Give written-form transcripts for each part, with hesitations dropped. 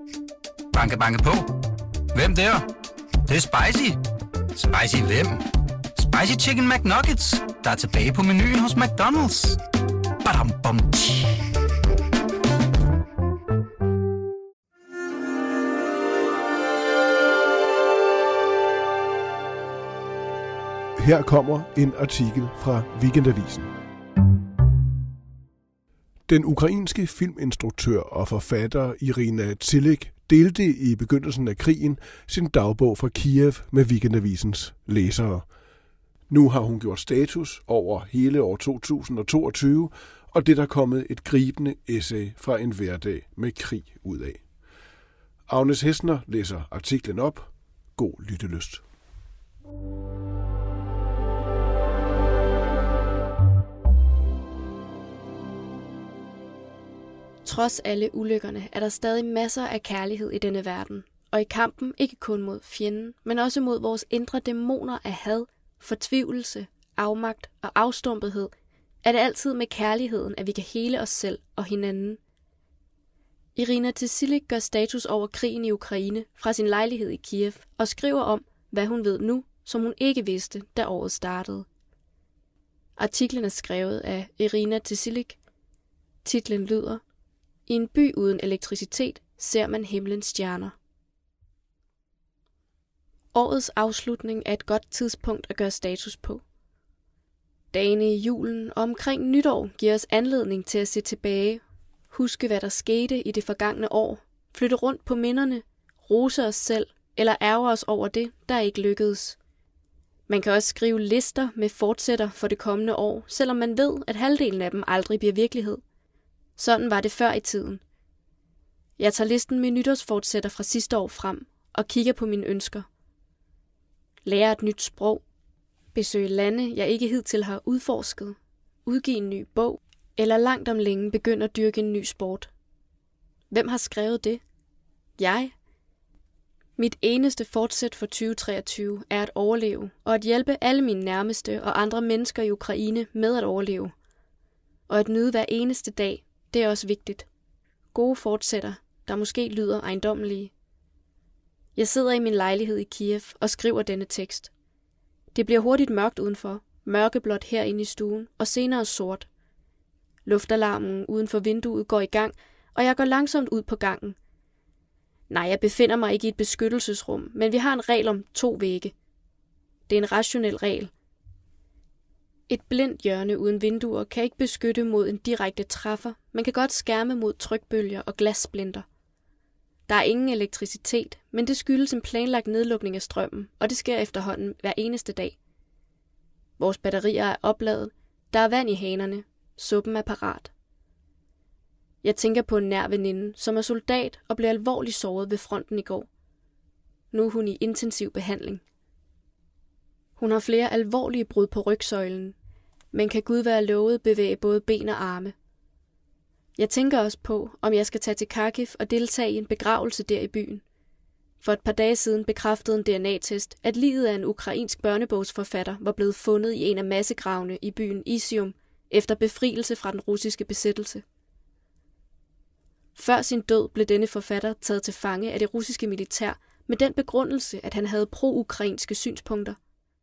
Banke, banke på. Hvem der? Det er spicy. Spicy hvem? Spicy Chicken McNuggets, der er tilbage på menuen hos McDonald's. Badum, bom, tji. Her kommer en artikel fra Weekendavisen. Den ukrainske filminstruktør og forfatter Irina Tillich delte i begyndelsen af krigen sin dagbog fra Kiev med Weekendavisens læsere. Nu har hun gjort status over hele år 2022, og det er der kommet et gribende essay fra en hverdag med krig ud af. Agnes Hessner læser artiklen op. God lyttelyst. Trods alle ulykkerne er der stadig masser af kærlighed i denne verden, og i kampen ikke kun mod fjenden, men også mod vores indre dæmoner af had, fortvivlelse, afmagt og afstumpethed, er det altid med kærligheden, at vi kan hele os selv og hinanden. Irina Tillich gør status over krigen i Ukraine fra sin lejlighed i Kiev og skriver om, hvad hun ved nu, som hun ikke vidste, da året startede. Artiklen er skrevet af Irina Tillich. Titlen lyder: I en by uden elektricitet ser man himlens stjerner. Årets afslutning er et godt tidspunkt at gøre status på. Dagene i julen og omkring nytår giver os anledning til at se tilbage, huske hvad der skete i det forgangne år, flytte rundt på minderne, rose os selv eller ærge os over det, der ikke lykkedes. Man kan også skrive lister med fortsætter for det kommende år, selvom man ved, at halvdelen af dem aldrig bliver virkelighed. Sådan var det før i tiden. Jeg tager listen med nytårsfortsætter fra sidste år frem og kigger på mine ønsker. Lære et nyt sprog, besøge lande, jeg ikke hidtil har udforsket, udgive en ny bog, eller langt om længe begynde at dyrke en ny sport. Hvem har skrevet det? Jeg. Mit eneste fortsæt for 2023 er at overleve og at hjælpe alle mine nærmeste og andre mennesker i Ukraine med at overleve. Og at nyde hver eneste dag, det er også vigtigt. Gode fortsætter, der måske lyder ejendommelige. Jeg sidder i min lejlighed i Kiev og skriver denne tekst. Det bliver hurtigt mørkt udenfor, mørkeblåt herinde i stuen og senere sort. Luftalarmen uden for vinduet går i gang, og jeg går langsomt ud på gangen. Nej, jeg befinder mig ikke i et beskyttelsesrum, men vi har en regel om 2 vægge. Det er en rationel regel. Et blindt hjørne uden vinduer kan ikke beskytte mod en direkte træffer, men kan godt skærme mod trykbølger og glassplinter. Der er ingen elektricitet, men det skyldes en planlagt nedlukning af strømmen, og det sker efterhånden hver eneste dag. Vores batterier er opladet, der er vand i hanerne, suppen er parat. Jeg tænker på en nær veninde, som er soldat og blev alvorligt såret ved fronten i går. Nu er hun i intensiv behandling. Hun har flere alvorlige brud på rygsøjlen, men kan Gud være lovet bevæge både ben og arme. Jeg tænker også på, om jeg skal tage til Kharkiv og deltage i en begravelse der i byen. For et par dage siden bekræftede en DNA-test, at liget af en ukrainsk børnebogsforfatter var blevet fundet i en af massegravene i byen Izium efter befrielse fra den russiske besættelse. Før sin død blev denne forfatter taget til fange af det russiske militær med den begrundelse, at han havde pro-ukrainske synspunkter.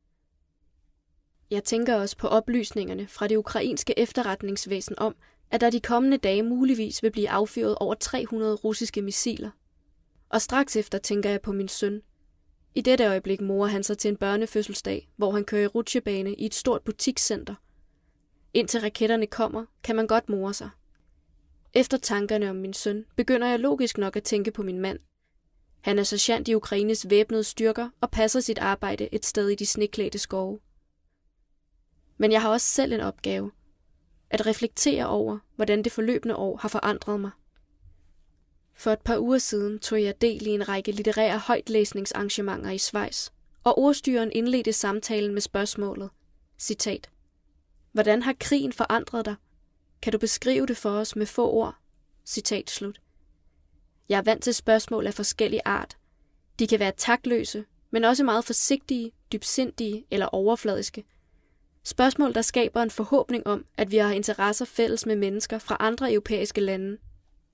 Jeg tænker også på oplysningerne fra det ukrainske efterretningsvæsen om, at der de kommende dage muligvis vil blive affyret over 300 russiske missiler. Og straks efter tænker jeg på min søn. I dette øjeblik morer han sig til en børnefødselsdag, hvor han kører i rutsjebane i et stort butikscenter. Indtil raketterne kommer, kan man godt more sig. Efter tankerne om min søn, begynder jeg logisk nok at tænke på min mand. Han er sergent i Ukraines væbnede styrker og passer sit arbejde et sted i de sneklædte skove. Men jeg har også selv en opgave. At reflektere over, hvordan det forløbende år har forandret mig. For et par uger siden tog jeg del i en række litterære højtlæsningsarrangementer i Schweiz, og ordstyreren indledte samtalen med spørgsmålet, citat, hvordan har krigen forandret dig? Kan du beskrive det for os med få ord? Citat slut. Jeg er vant til spørgsmål af forskellig art. De kan være taktløse, men også meget forsigtige, dybsindige eller overfladiske. Spørgsmål, der skaber en forhåbning om, at vi har interesser fælles med mennesker fra andre europæiske lande.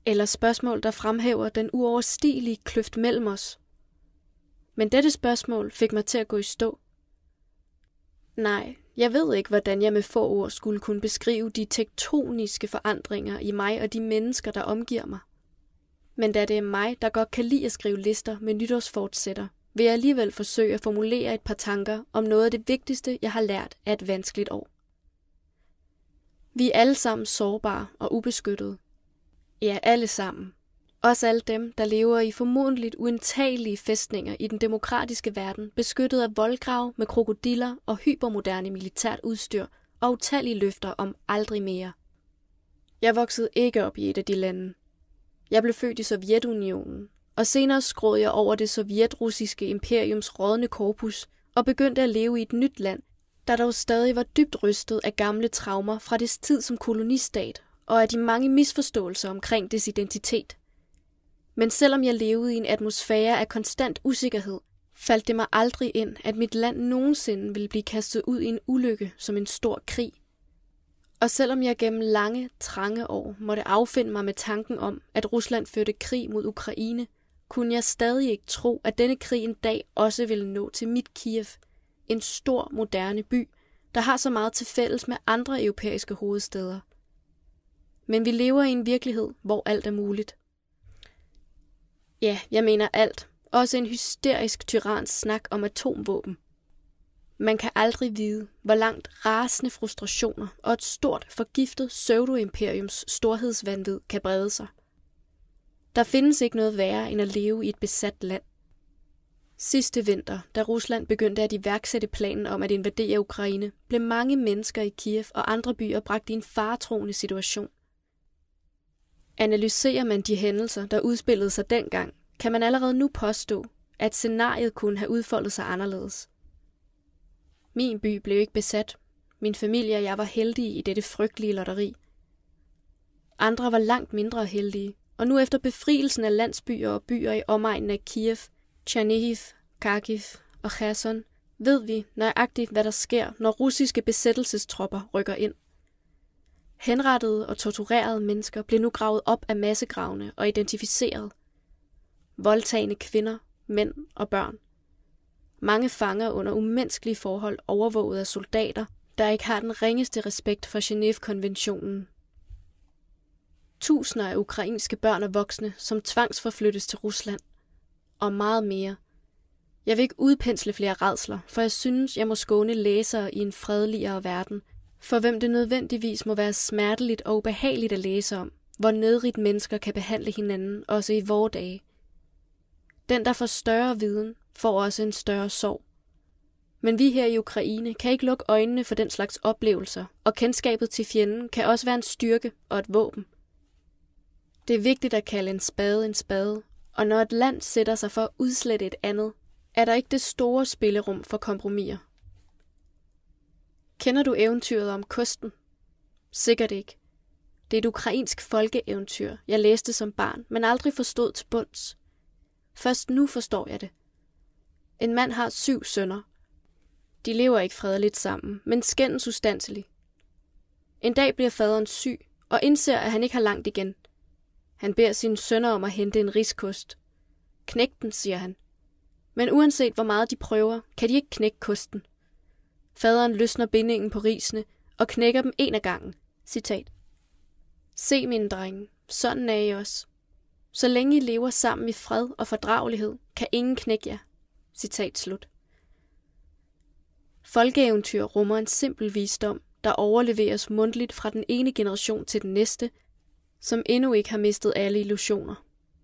eller spørgsmål, der fremhæver den uoverstigelige kløft mellem os. Men dette spørgsmål fik mig til at gå i stå. Nej, jeg ved ikke, hvordan jeg med få ord skulle kunne beskrive de tektoniske forandringer i mig og de mennesker, der omgiver mig. Men da det er mig, der godt kan lide at skrive lister med nytårsfortsætter, vil jeg alligevel forsøge at formulere et par tanker om noget af det vigtigste, jeg har lært af et vanskeligt år. Vi er alle sammen sårbare og ubeskyttede. Ja, alle sammen. Også alle dem, der lever i formodentligt uindtagelige fæstninger i den demokratiske verden, beskyttet af voldgrav med krokodiller og hypermoderne militært udstyr og utallige løfter om aldrig mere. Jeg voksede ikke op i et af de lande. Jeg blev født i Sovjetunionen, og senere skråede jeg over det sovjetrussiske imperiums rådne korpus og begyndte at leve i et nyt land, der dog stadig var dybt rystet af gamle traumer fra dets tid som kolonistat og af de mange misforståelser omkring dets identitet. Men selvom jeg levede i en atmosfære af konstant usikkerhed, faldt det mig aldrig ind, at mit land nogensinde ville blive kastet ud i en ulykke som en stor krig. Og selvom jeg gennem lange, trange år måtte affinde mig med tanken om, at Rusland førte krig mod Ukraine, kunne jeg stadig ikke tro, at denne krig en dag også ville nå til mit Kiev, en stor, moderne by, der har så meget til fælles med andre europæiske hovedstæder. Men vi lever i en virkelighed, hvor alt er muligt. Ja, jeg mener alt. Også en hysterisk tyrans snak om atomvåben. Man kan aldrig vide, hvor langt rasende frustrationer og et stort, forgiftet pseudo-imperiums storhedsvanvid kan brede sig. Der findes ikke noget værre end at leve i et besat land. Sidste vinter, da Rusland begyndte at iværksætte planen om at invadere Ukraine, blev mange mennesker i Kiev og andre byer bragt i en faretruende situation. Analyserer man de hændelser, der udspillede sig dengang, kan man allerede nu påstå, at scenariet kunne have udfoldet sig anderledes. Min by blev ikke besat. Min familie og jeg var heldige i dette frygtelige lotteri. Andre var langt mindre heldige, og nu efter befrielsen af landsbyer og byer i omegnen af Kiev, Chernihiv, Kharkiv og Kherson, ved vi nøjagtigt, hvad der sker, når russiske besættelsestropper rykker ind. Henrettede og torturerede mennesker blev nu gravet op af massegravene og identificeret. Voldtagende kvinder, mænd og børn. Mange fanger under umenneskelige forhold overvåget af soldater, der ikke har den ringeste respekt for Genève-konventionen. Tusinder af ukrainske børn og voksne, som tvangsforflyttes til Rusland. Og meget mere. Jeg vil ikke udpensle flere rædsler, for jeg synes, jeg må skåne læsere i en fredeligere verden, for hvem det nødvendigvis må være smerteligt og ubehageligt at læse om, hvor nedrigt mennesker kan behandle hinanden, også i vore dage. Den, der får større viden, får også en større sorg. Men vi her i Ukraine kan ikke lukke øjnene for den slags oplevelser, og kendskabet til fjenden kan også være en styrke og et våben. Det er vigtigt at kalde en spade, og når et land sætter sig for at udslette et andet, er der ikke det store spillerum for kompromiser. Kender du eventyret om kosten? Sikkert ikke. Det er et ukrainsk folkeeventyr, jeg læste som barn, men aldrig forstod til bunds. Først nu forstår jeg det. En mand har 7 sønner. De lever ikke fredeligt sammen, men skændes ustandselig. En dag bliver faderen syg, og indser, at han ikke har langt igen. Han beder sine sønner om at hente en riskost. Knæk den, siger han. Men uanset hvor meget de prøver, kan de ikke knække kosten. Faderen løsner bindingen på risene og knækker dem en af gangen. Citat. Se, mine drenge, sådan er I også. Så længe I lever sammen i fred og fordragelighed, kan ingen knække jer. Citat slut. Folkeeventyr rummer en simpel visdom, der overleveres mundtligt fra den ene generation til den næste, som endnu ikke har mistet alle illusioner.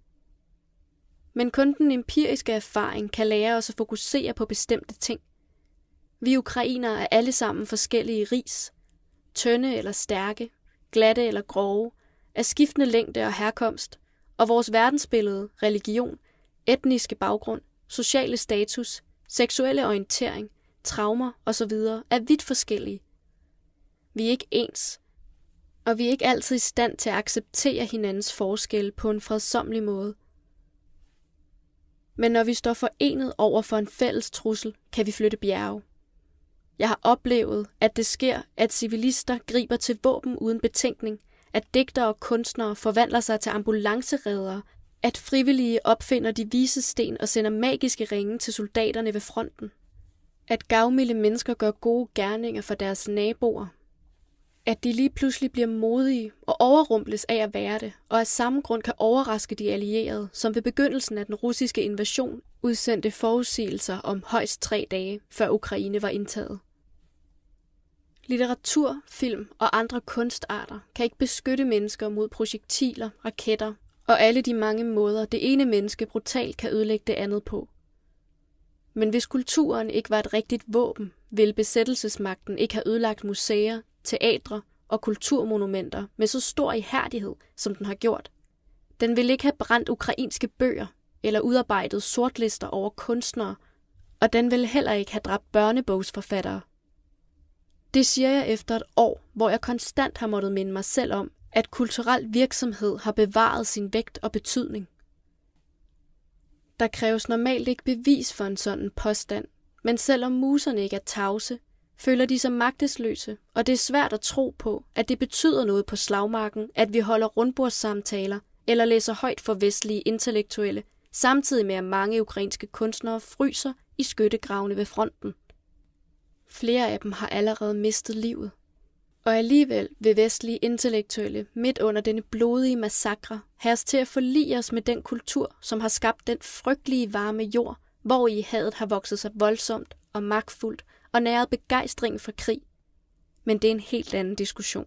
Men kun den empiriske erfaring kan lære os at fokusere på bestemte ting. Vi ukrainere er alle sammen forskellige ris, tynde eller stærke, glatte eller grove, af skiftende længde og herkomst, og vores verdensbillede, religion, etniske baggrund, sociale status, seksuelle orientering, traumer osv. er vidt forskellige. Vi er ikke ens, og vi er ikke altid i stand til at acceptere hinandens forskelle på en fredsommelig måde. Men når vi står forenet over for en fælles trussel, kan vi flytte bjerge. Jeg har oplevet, at det sker, at civilister griber til våben uden betænkning, at digtere og kunstnere forvandler sig til ambulancereddere, at frivillige opfinder de vises sten og sender magiske ringe til soldaterne ved fronten. At gavmilde mennesker gør gode gerninger for deres naboer. At de lige pludselig bliver modige og overrumbles af at være det, og af samme grund kan overraske de allierede, som ved begyndelsen af den russiske invasion udsendte forudsigelser om højst 3 dage, før Ukraine var indtaget. Litteratur, film og andre kunstarter kan ikke beskytte mennesker mod projektiler, raketter og alle de mange måder, det ene menneske brutalt kan ødelægge det andet på. Men hvis kulturen ikke var et rigtigt våben, ville besættelsesmagten ikke have ødelagt museer, teatre og kulturmonumenter med så stor ihærdighed, som den har gjort. Den ville ikke have brændt ukrainske bøger eller udarbejdet sortlister over kunstnere, og den ville heller ikke have dræbt børnebogsforfattere. Det siger jeg efter et år, hvor jeg konstant har måttet minde mig selv om, at kulturel virksomhed har bevaret sin vægt og betydning. Der kræves normalt ikke bevis for en sådan påstand, men selvom muserne ikke er tavse, føler de sig magtesløse, og det er svært at tro på, at det betyder noget på slagmarken, at vi holder rundbordssamtaler eller læser højt for vestlige intellektuelle, samtidig med at mange ukrainske kunstnere fryser i skyttegravene ved fronten. Flere af dem har allerede mistet livet. Og alligevel vil vestlige intellektuelle midt under denne blodige massakre have os til at forlige os med den kultur, som har skabt den frygtelige varme jord, hvor i hadet har vokset sig voldsomt og magtfuldt og næret begejstring for krig. Men det er en helt anden diskussion.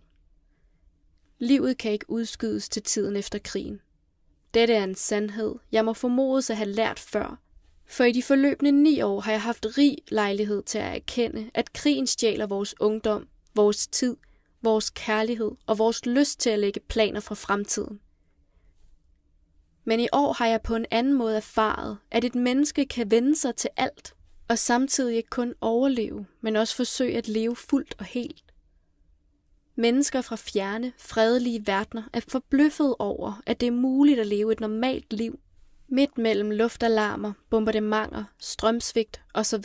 Livet kan ikke udskydes til tiden efter krigen. Dette er en sandhed, jeg må formodes at have lært før, for i de forløbende 9 år har jeg haft rig lejlighed til at erkende, at krigen stjæler vores ungdom, vores tid, vores kærlighed og vores lyst til at lægge planer for fremtiden. Men i år har jeg på en anden måde erfaret, at et menneske kan vende sig til alt, og samtidig ikke kun overleve, men også forsøge at leve fuldt og helt. Mennesker fra fjerne, fredelige verdener er forbløffet over, at det er muligt at leve et normalt liv, midt mellem luftalarmer, bombardementer, strømsvigt osv.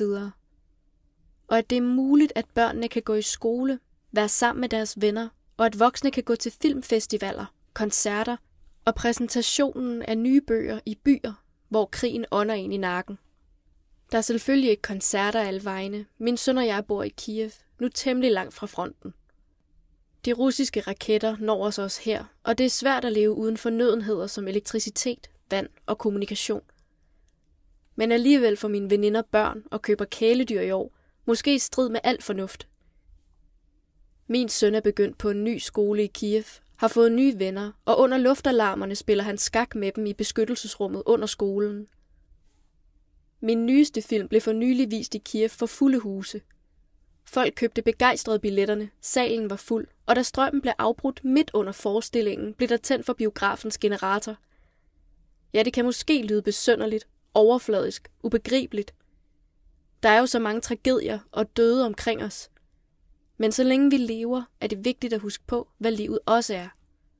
Og at det er muligt, at børnene kan gå i skole, være sammen med deres venner, og at voksne kan gå til filmfestivaler, koncerter og præsentationen af nye bøger i byer, hvor krigen ånder ind i nakken. Der er selvfølgelig ikke koncerter alle vegne. Min søn og jeg bor i Kiev, nu temmelig langt fra fronten. De russiske raketter når os også her, og det er svært at leve uden fornødenheder som elektricitet, vand og kommunikation. Men alligevel får mine veninder børn og køber kæledyr i år, måske i strid med al fornuft. Min søn er begyndt på en ny skole i Kiev, har fået nye venner, og under luftalarmerne spiller han skak med dem i beskyttelsesrummet under skolen. Min nyeste film blev for nylig vist i Kiev for fulde huse. Folk købte begejstrede billetterne, salen var fuld, og da strømmen blev afbrudt midt under forestillingen, blev der tændt for biografens generator. Ja, det kan måske lyde besynderligt, overfladisk, ubegribeligt. Der er jo så mange tragedier og døde omkring os. Men så længe vi lever, er det vigtigt at huske på, hvad livet også er.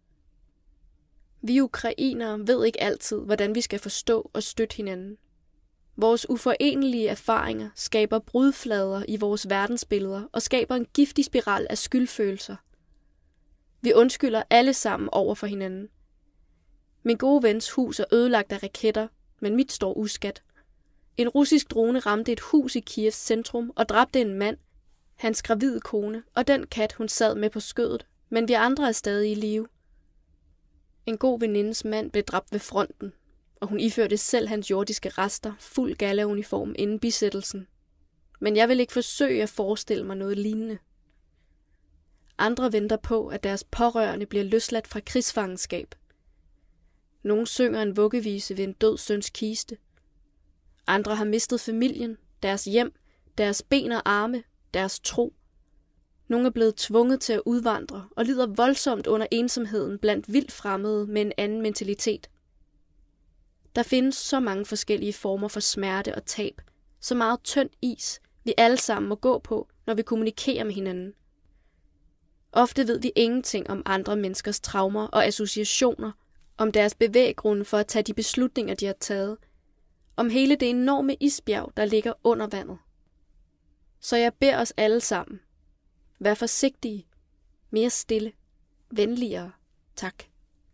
Vi ukrainere ved ikke altid, hvordan vi skal forstå og støtte hinanden. Vores uforenelige erfaringer skaber brudflader i vores verdensbilleder og skaber en giftig spiral af skyldfølelser. Vi undskylder alle sammen over for hinanden. Min gode vens hus er ødelagt af raketter, men mit står uskadt. En russisk drone ramte et hus i Kievs centrum og dræbte en mand, hans gravide kone og den kat, hun sad med på skødet, men vi andre er stadig i live. En god venindes mand blev dræbt ved fronten, og hun iførte selv hans jordiske rester fuld gallauniform inden bisættelsen. Men jeg vil ikke forsøge at forestille mig noget lignende. Andre venter på, at deres pårørende bliver løsladt fra krigsfangenskab. Nogle synger en vuggevise ved en død søns kiste. Andre har mistet familien, deres hjem, deres ben og arme, deres tro. Nogle er blevet tvunget til at udvandre og lider voldsomt under ensomheden blandt vildt fremmede med en anden mentalitet. Der findes så mange forskellige former for smerte og tab, så meget tynd is, vi alle sammen må gå på, når vi kommunikerer med hinanden. Ofte ved vi ingenting om andre menneskers traumer og associationer, om deres bevæggrunde for at tage de beslutninger, de har taget, om hele det enorme isbjerg, der ligger under vandet. Så jeg beder os alle sammen. Vær forsigtige, mere stille, venligere Tak.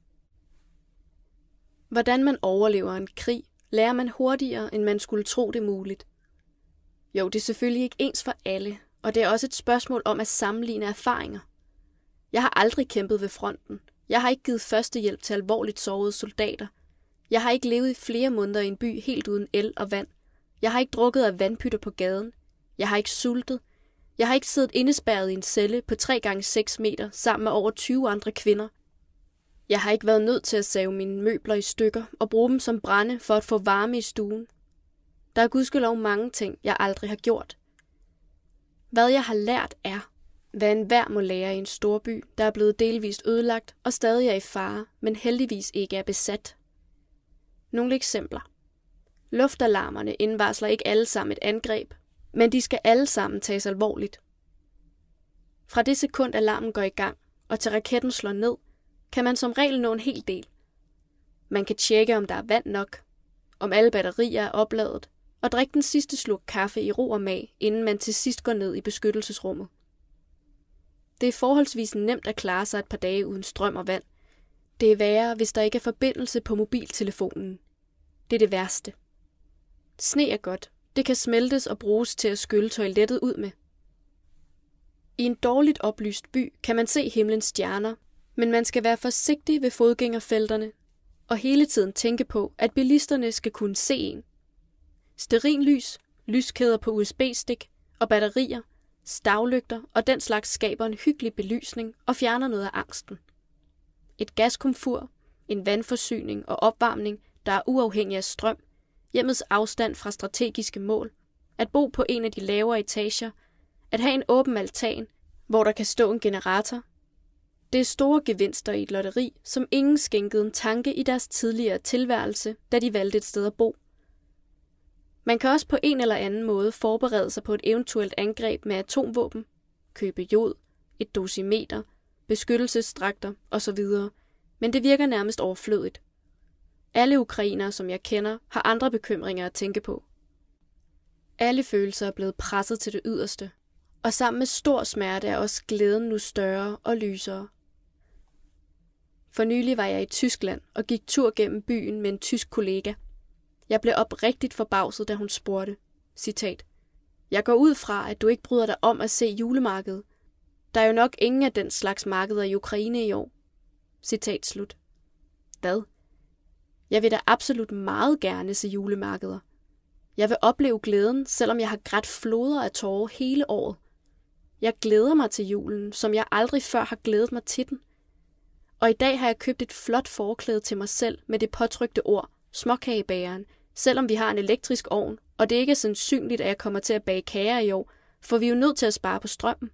Hvordan man overlever en krig, lærer man hurtigere, end man skulle tro det muligt. Jo, det er selvfølgelig ikke ens for alle, og det er også et spørgsmål om at sammenligne erfaringer. Jeg har aldrig kæmpet ved fronten. Jeg har ikke givet førstehjælp til alvorligt sårede soldater. Jeg har ikke levet i flere måneder i en by helt uden el og vand. Jeg har ikke drukket af vandpytter på gaden. Jeg har ikke sultet. Jeg har ikke siddet indespærret i en celle på 3x6 meter sammen med over 20 andre kvinder. Jeg har ikke været nødt til at save mine møbler i stykker og bruge dem som brænde for at få varme i stuen. Der er gudskelov mange ting, jeg aldrig har gjort. Hvad jeg har lært er, hvad enhver må lære i en storby, der er blevet delvist ødelagt og stadig er i fare, men heldigvis ikke er besat. Nogle eksempler. Luftalarmerne indvarsler ikke alle sammen et angreb, men de skal alle sammen tages alvorligt. Fra det sekund alarmen går i gang, og til raketten slår ned, kan man som regel nå en hel del. Man kan tjekke, om der er vand nok, om alle batterier er opladet, og drikke den sidste slurk kaffe i ro og mag, inden man til sidst går ned i beskyttelsesrummet. Det er forholdsvis nemt at klare sig et par dage uden strøm og vand. Det er værre, hvis der ikke er forbindelse på mobiltelefonen. Det er det værste. Sne er godt. Det kan smeltes og bruges til at skylle toilettet ud med. I en dårligt oplyst by kan man se himlens stjerner, men man skal være forsigtig ved fodgængerfelterne og hele tiden tænke på, at bilisterne skal kunne se en. Stearinlys, lyskæder på USB-stik og batterier, stavlygter og den slags skaber en hyggelig belysning og fjerner noget af angsten. Et gaskomfur, en vandforsyning og opvarmning, der er uafhængig af strøm, hjemmets afstand fra strategiske mål, at bo på en af de lavere etager, at have en åben altan, hvor der kan stå en generator. Det er store gevinster i et lotteri, som ingen skænkede en tanke i deres tidligere tilværelse, da de valgte et sted at bo. Man kan også på en eller anden måde forberede sig på et eventuelt angreb med atomvåben, købe jod, et dosimeter, beskyttelsesdragter osv., men det virker nærmest overflødigt. Alle ukrainere, som jeg kender, har andre bekymringer at tænke på. Alle følelser er blevet presset til det yderste, og sammen med stor smerte er også glæden nu større og lysere. For nylig var jeg i Tyskland og gik tur gennem byen med en tysk kollega. Jeg blev oprigtigt forbavset, da hun spurgte, citat, "Jeg går ud fra, at du ikke bryder dig om at se julemarkedet. Der er jo nok ingen af den slags markeder i Ukraine i år." Citat slut. Hvad? Jeg vil da absolut meget gerne se julemarkeder. Jeg vil opleve glæden, selvom jeg har grædt floder af tårer hele året. Jeg glæder mig til julen, som jeg aldrig før har glædet mig til den. Og i dag har jeg købt et flot forklæde til mig selv med det påtrykte ord, småkagebageren, selvom vi har en elektrisk ovn, og det ikke er sandsynligt, at jeg kommer til at bage kager i år, for vi er jo nødt til at spare på strømmen.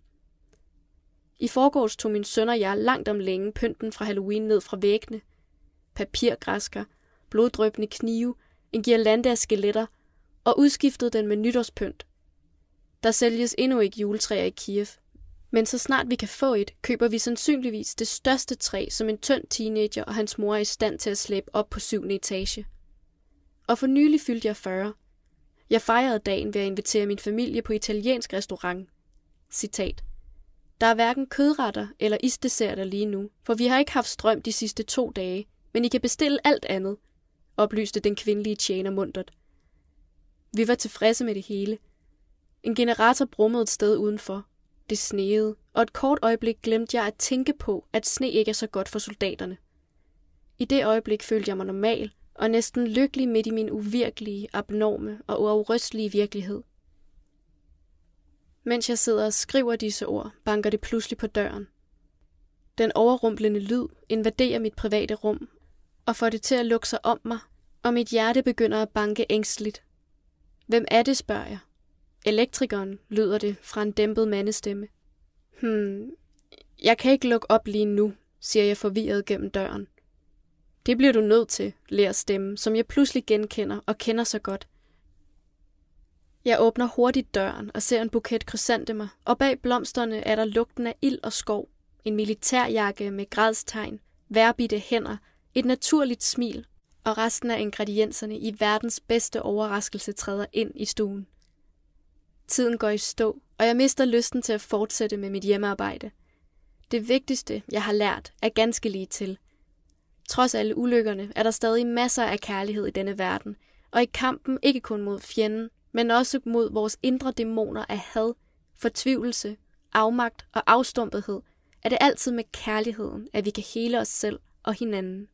I forgårs tog min søn og jeg langt om længe pynten fra Halloween ned fra væggene. Papirgræsker, bloddrøbende knive, en guirlande af skeletter, og udskiftede den med nytårspynt. Der sælges endnu ikke juletræer i Kiev, men så snart vi kan få et, køber vi sandsynligvis det største træ, som en tynd teenager og hans mor er i stand til at slæbe op på 7. etage. Og for nylig fyldte jeg 40. Jeg fejrede dagen ved at invitere min familie på italiensk restaurant. Citat. Der er hverken kødretter eller isdesserter lige nu, for vi har ikke haft strøm de sidste 2 dage, men I kan bestille alt andet, oplyste den kvindelige tjener muntert. Vi var tilfredse med det hele. En generator brummede et sted udenfor. Det sneede, og et kort øjeblik glemte jeg at tænke på, at sne ikke er så godt for soldaterne. I det øjeblik følte jeg mig normal og næsten lykkelig midt i min uvirkelige, abnorme og uafrystelige virkelighed. Mens jeg sidder og skriver disse ord, banker det pludselig på døren. Den overrumplende lyd invaderer mit private rum og får det til at lukke sig om mig, og mit hjerte begynder at banke ængsteligt. Hvem er det, spørger jeg. Elektrikeren, lyder det fra en dæmpet mandestemme. Jeg kan ikke lukke op lige nu, siger jeg forvirret gennem døren. Det bliver du nødt til, ler stemmen, som jeg pludselig genkender og kender så godt. Jeg åbner hurtigt døren og ser en buket krysantemmer, og bag blomsterne er der lugten af ild og skov, en militærjakke med gradstegn, vejrbitte hænder, et naturligt smil, og resten af ingredienserne i verdens bedste overraskelse træder ind i stuen. Tiden går i stå, og jeg mister lysten til at fortsætte med mit hjemmearbejde. Det vigtigste, jeg har lært, er ganske lige til. Trods alle ulykkerne er der stadig masser af kærlighed i denne verden, og i kampen ikke kun mod fjenden, men også mod vores indre dæmoner af had, fortvivlelse, afmagt og afstumpethed, er det altid med kærligheden, at vi kan hele os selv og hinanden.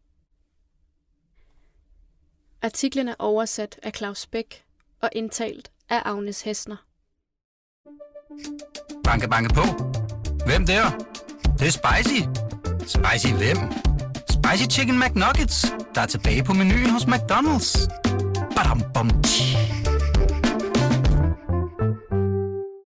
Artiklen er oversat af Claus Bæk og indtalt af Agnes Hessner. Banke, banke på. Hvem der? Det er spicy. Spicy hvem? Spicy Chicken McNuggets, der er tilbage på menuen hos McDonald's. Badum, bom, tji.